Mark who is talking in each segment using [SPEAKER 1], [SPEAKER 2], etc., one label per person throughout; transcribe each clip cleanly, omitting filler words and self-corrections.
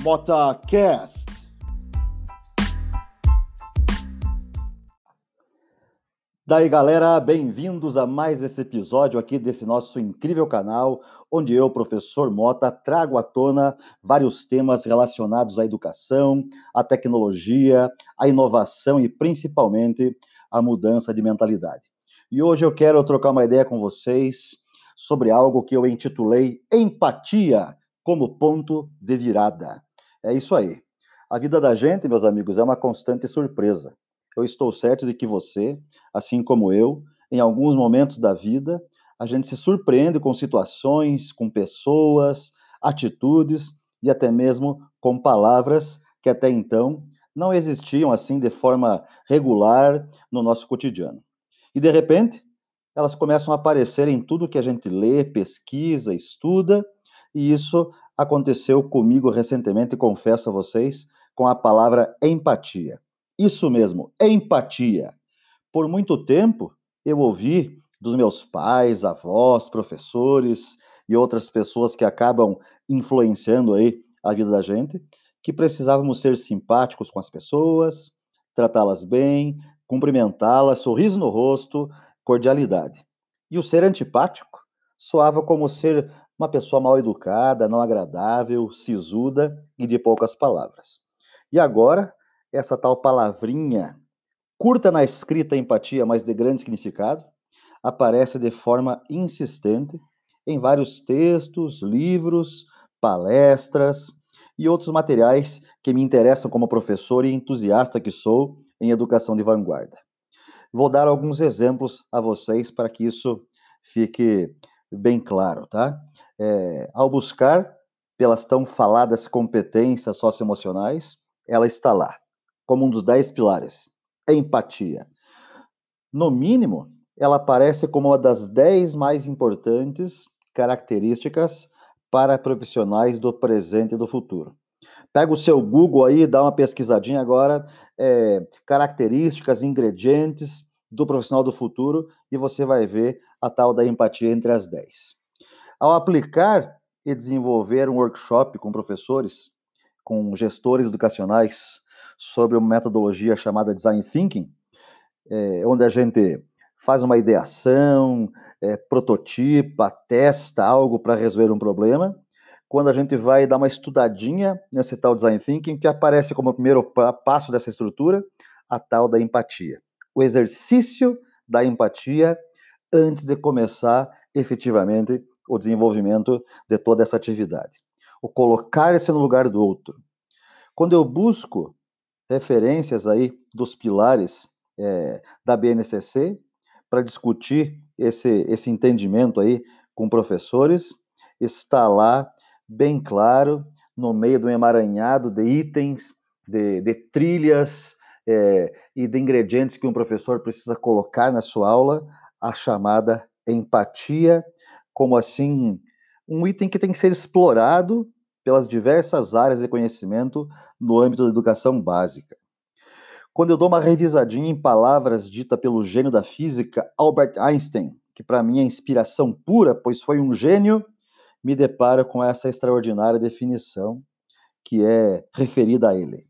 [SPEAKER 1] MotaCast. Daí, galera, bem-vindos a mais esse episódio aqui desse nosso incrível canal, onde eu, professor Mota, trago à tona vários temas relacionados à educação, à tecnologia, à inovação e principalmente à mudança de mentalidade. E hoje eu quero trocar uma ideia com vocês sobre algo que eu intitulei Empatia como ponto de virada. É isso aí. A vida da gente, meus amigos, é uma constante surpresa. Eu estou certo de que você, assim como eu, em alguns momentos da vida, a gente se surpreende com situações, com pessoas, atitudes e até mesmo com palavras que até então não existiam assim de forma regular no nosso cotidiano. E de repente, elas começam a aparecer em tudo que a gente lê, pesquisa, estuda, e isso aconteceu comigo recentemente, confesso a vocês, com a palavra empatia. Isso mesmo, empatia. Por muito tempo, eu ouvi dos meus pais, avós, professores e outras pessoas que acabam influenciando aí a vida da gente, que precisávamos ser simpáticos com as pessoas, tratá-las bem, cumprimentá-las, sorriso no rosto, cordialidade. E o ser antipático soava como ser uma pessoa mal educada, não agradável, sisuda e de poucas palavras. E agora, essa tal palavrinha curta na escrita empatia, mas de grande significado, aparece de forma insistente em vários textos, livros, palestras e outros materiais que me interessam como professor e entusiasta que sou em educação de vanguarda. Vou dar alguns exemplos a vocês para que isso fique bem claro, tá? Ao buscar pelas tão faladas competências socioemocionais, ela está lá, como um dos 10 pilares, empatia. No mínimo, ela aparece como uma das 10 mais importantes características para profissionais do presente e do futuro. Pega o seu Google aí, dá uma pesquisadinha agora, características, ingredientes do profissional do futuro, e você vai ver a tal da empatia entre as 10. Ao aplicar e desenvolver um workshop com professores, com gestores educacionais, sobre uma metodologia chamada Design Thinking, onde a gente faz uma ideação, prototipa, testa algo para resolver um problema. Quando a gente vai dar uma estudadinha nesse tal design thinking, que aparece como o primeiro passo dessa estrutura, a tal da empatia. O exercício da empatia antes de começar efetivamente o desenvolvimento de toda essa atividade. O colocar-se no lugar do outro. Quando eu busco referências aí dos pilares da BNCC para discutir esse entendimento aí com professores, está lá bem claro, no meio de um emaranhado de itens, de trilhas e de ingredientes que um professor precisa colocar na sua aula, a chamada empatia, como assim, um item que tem que ser explorado pelas diversas áreas de conhecimento no âmbito da educação básica. Quando eu dou uma revisadinha em palavras ditas pelo gênio da física, Albert Einstein, que para mim é inspiração pura, pois foi um gênio, me deparo com essa extraordinária definição que é referida a ele.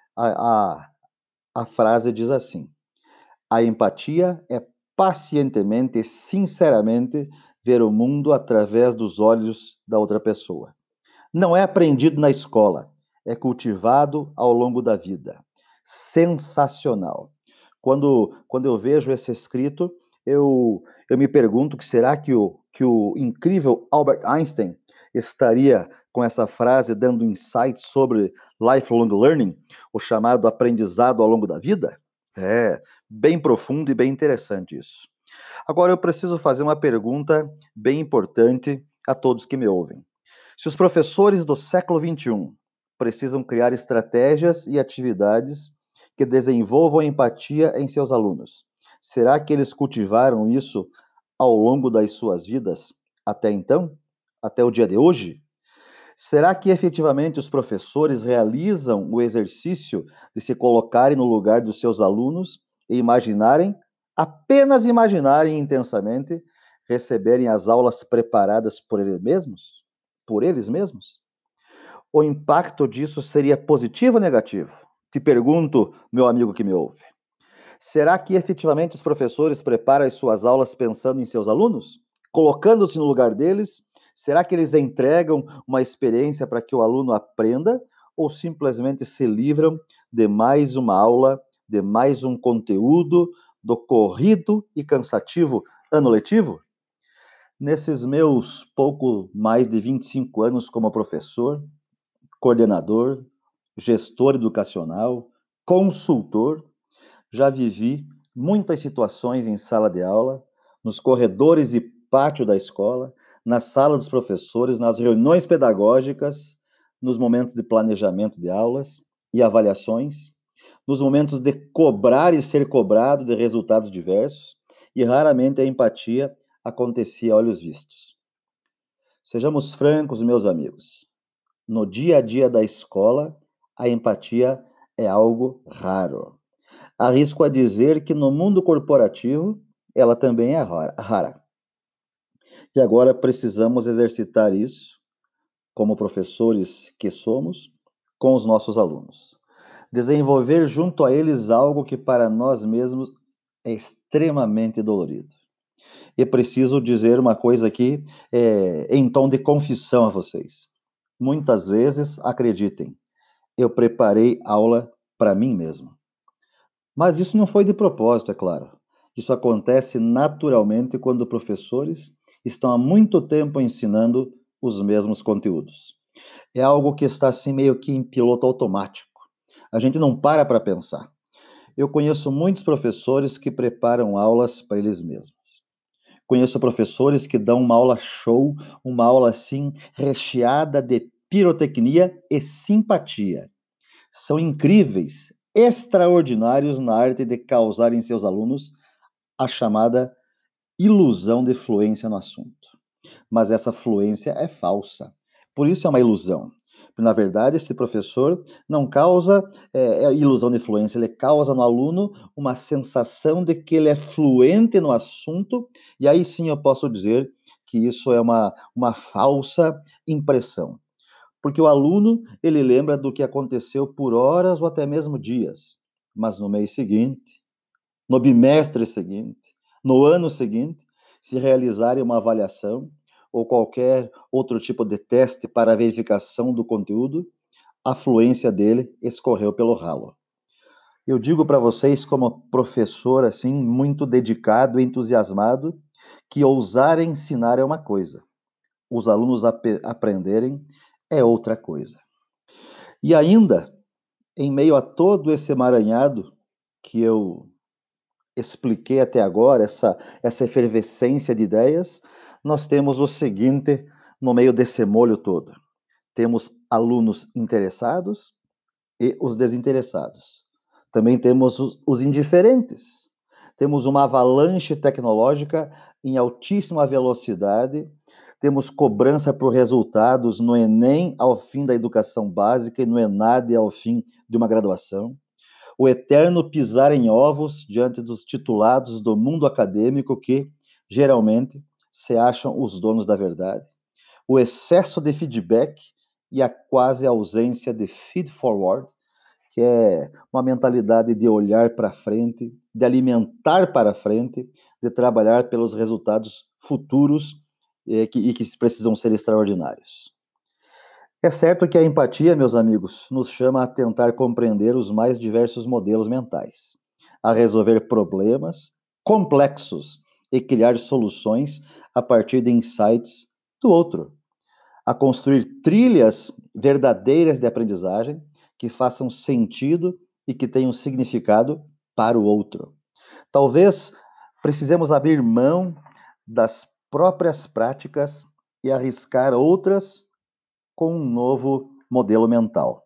[SPEAKER 1] A frase diz assim: a empatia é pacientemente e sinceramente ver o mundo através dos olhos da outra pessoa. Não é aprendido na escola, é cultivado ao longo da vida. Sensacional. Quando eu vejo esse escrito, eu me pergunto que será que o incrível Albert Einstein estaria com essa frase dando insights sobre lifelong learning, o chamado aprendizado ao longo da vida? É, bem profundo e bem interessante isso. Agora eu preciso fazer uma pergunta bem importante a todos que me ouvem. Se os professores do século XXI precisam criar estratégias e atividades que desenvolvam empatia em seus alunos, será que eles cultivaram isso ao longo das suas vidas até então? Até o dia de hoje? Será que efetivamente os professores realizam o exercício de se colocarem no lugar dos seus alunos e imaginarem, apenas imaginarem intensamente, receberem as aulas preparadas por eles mesmos? Por eles mesmos? O impacto disso seria positivo ou negativo? Te pergunto, meu amigo que me ouve. Será que efetivamente os professores preparam as suas aulas pensando em seus alunos? Colocando-se no lugar deles? Será que eles entregam uma experiência para que o aluno aprenda? Ou simplesmente se livram de mais uma aula, de mais um conteúdo do corrido e cansativo ano letivo? Nesses meus pouco mais de 25 anos como professor, coordenador, gestor educacional, consultor, já vivi muitas situações em sala de aula, nos corredores e pátio da escola, na sala dos professores, nas reuniões pedagógicas, nos momentos de planejamento de aulas e avaliações, nos momentos de cobrar e ser cobrado de resultados diversos, e raramente a empatia acontecia a olhos vistos. Sejamos francos, meus amigos. No dia a dia da escola, a empatia é algo raro. Arrisco a dizer que no mundo corporativo ela também é rara. E agora precisamos exercitar isso, como professores que somos, com os nossos alunos. Desenvolver junto a eles algo que para nós mesmos é extremamente dolorido. E preciso dizer uma coisa aqui, em tom de confissão a vocês. Muitas vezes, acreditem, eu preparei aula para mim mesmo. Mas isso não foi de propósito, é claro. Isso acontece naturalmente quando professores estão há muito tempo ensinando os mesmos conteúdos. É algo que está assim meio que em piloto automático. A gente não para pensar. Eu conheço muitos professores que preparam aulas para eles mesmos. Conheço professores que dão uma aula show, uma aula assim recheada de pirotecnia e simpatia. São incríveis, extraordinários na arte de causar em seus alunos a chamada ilusão de fluência no assunto. Mas essa fluência é falsa. Por isso é uma ilusão. Na verdade, esse professor não causa ilusão de fluência, ele causa no aluno uma sensação de que ele é fluente no assunto, e aí sim eu posso dizer que isso é uma falsa impressão. Porque o aluno, ele lembra do que aconteceu por horas ou até mesmo dias, mas no mês seguinte, no bimestre seguinte, no ano seguinte, se realizarem uma avaliação ou qualquer outro tipo de teste para verificação do conteúdo, a fluência dele escorreu pelo ralo. Eu digo para vocês, como professor, assim, muito dedicado e entusiasmado, que ousar ensinar é uma coisa, os alunos aprenderem é outra coisa. E ainda, em meio a todo esse emaranhado que eu expliquei até agora, essa efervescência de ideias, nós temos o seguinte no meio desse molho todo. Temos alunos interessados e os desinteressados. Também temos os indiferentes. Temos uma avalanche tecnológica em altíssima velocidade. Temos cobrança por resultados no Enem ao fim da educação básica e no ENAD ao fim de uma graduação. O eterno pisar em ovos diante dos titulados do mundo acadêmico que, geralmente, se acham os donos da verdade. O excesso de feedback e a quase ausência de feed forward, que é uma mentalidade de olhar para frente, de alimentar para frente, de trabalhar pelos resultados futuros que precisam ser extraordinários. É certo que a empatia, meus amigos, nos chama a tentar compreender os mais diversos modelos mentais, a resolver problemas complexos e criar soluções a partir de insights do outro, a construir trilhas verdadeiras de aprendizagem que façam sentido e que tenham significado para o outro. Talvez precisemos abrir mão das próprias práticas e arriscar outras com um novo modelo mental.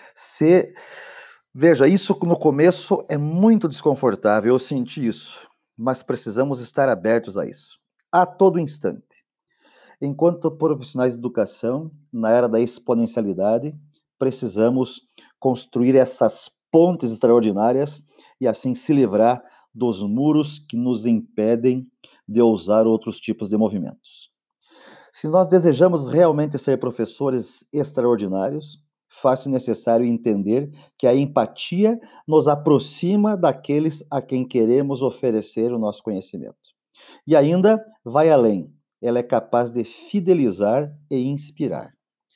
[SPEAKER 1] Veja, isso no começo é muito desconfortável, eu senti isso, mas precisamos estar abertos a isso, a todo instante. Enquanto profissionais de educação, na era da exponencialidade, precisamos construir essas pontes extraordinárias e assim se livrar dos muros que nos impedem de ousar outros tipos de movimentos. Se nós desejamos realmente ser professores extraordinários, faz-se necessário entender que a empatia nos aproxima daqueles a quem queremos oferecer o nosso conhecimento. E ainda vai além, ela é capaz de fidelizar e inspirar.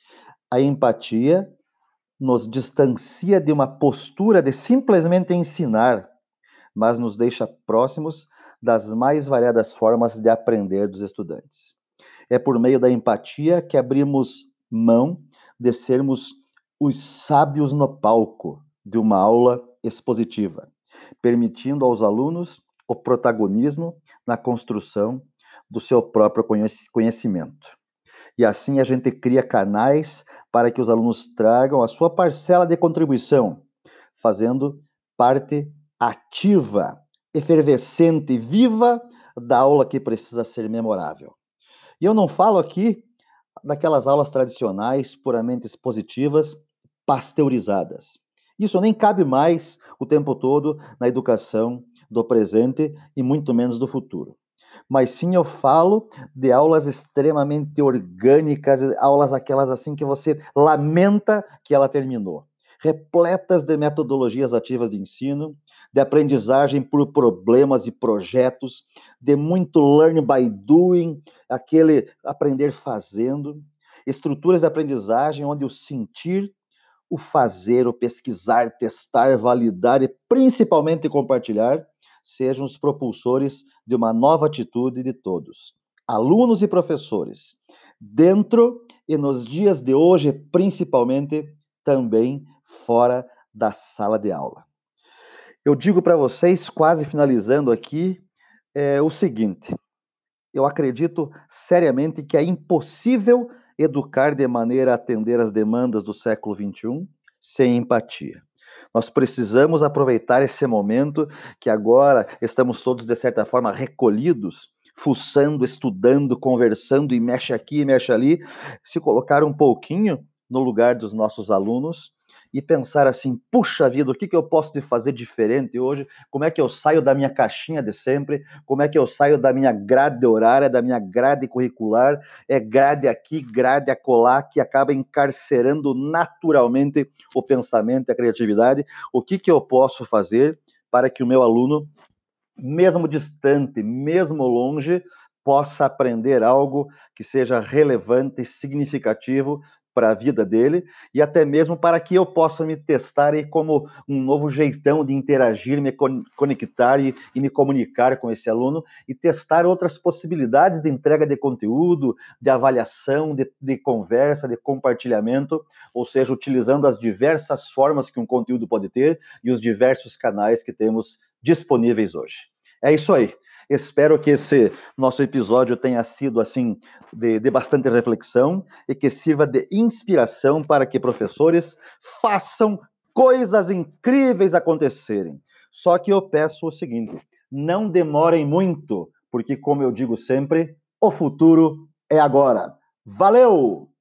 [SPEAKER 1] A empatia nos distancia de uma postura de simplesmente ensinar, mas nos deixa próximos das mais variadas formas de aprender dos estudantes. É por meio da empatia que abrimos mão de sermos os sábios no palco de uma aula expositiva, permitindo aos alunos o protagonismo na construção do seu próprio conhecimento. E assim a gente cria canais para que os alunos tragam a sua parcela de contribuição, fazendo parte ativa, efervescente, viva da aula que precisa ser memorável. E eu não falo aqui daquelas aulas tradicionais, puramente expositivas, pasteurizadas. Isso nem cabe mais o tempo todo na educação do presente e muito menos do futuro. Mas sim eu falo de aulas extremamente orgânicas, aulas aquelas assim que você lamenta que ela terminou, repletas de metodologias ativas de ensino, de aprendizagem por problemas e projetos, de muito learn by doing, aquele aprender fazendo, estruturas de aprendizagem onde o sentir, o fazer, o pesquisar, testar, validar e principalmente compartilhar sejam os propulsores de uma nova atitude de todos, alunos e professores, dentro e nos dias de hoje, principalmente também fora da sala de aula. Eu digo para vocês, quase finalizando aqui, o seguinte: eu acredito seriamente que é impossível educar de maneira a atender às demandas do século XXI sem empatia. Nós precisamos aproveitar esse momento que agora estamos todos, de certa forma, recolhidos, fuçando, estudando, conversando, e mexe aqui, e mexe ali, se colocar um pouquinho no lugar dos nossos alunos e pensar assim, puxa vida, o que eu posso fazer diferente hoje? Como é que eu saio da minha caixinha de sempre? Como é que eu saio da minha grade horária, da minha grade curricular? É grade aqui, grade acolá, que acaba encarcerando naturalmente o pensamento e a criatividade. O que eu posso fazer para que o meu aluno, mesmo distante, mesmo longe, possa aprender algo que seja relevante e significativo para a vida dele, e até mesmo para que eu possa me testar e como um novo jeitão de interagir, me conectar e me comunicar com esse aluno, e testar outras possibilidades de entrega de conteúdo, de avaliação, de conversa, de compartilhamento, ou seja, utilizando as diversas formas que um conteúdo pode ter e os diversos canais que temos disponíveis hoje. É isso aí. Espero que esse nosso episódio tenha sido assim de bastante reflexão e que sirva de inspiração para que professores façam coisas incríveis acontecerem. Só que eu peço o seguinte: não demorem muito, porque, como eu digo sempre, o futuro é agora. Valeu!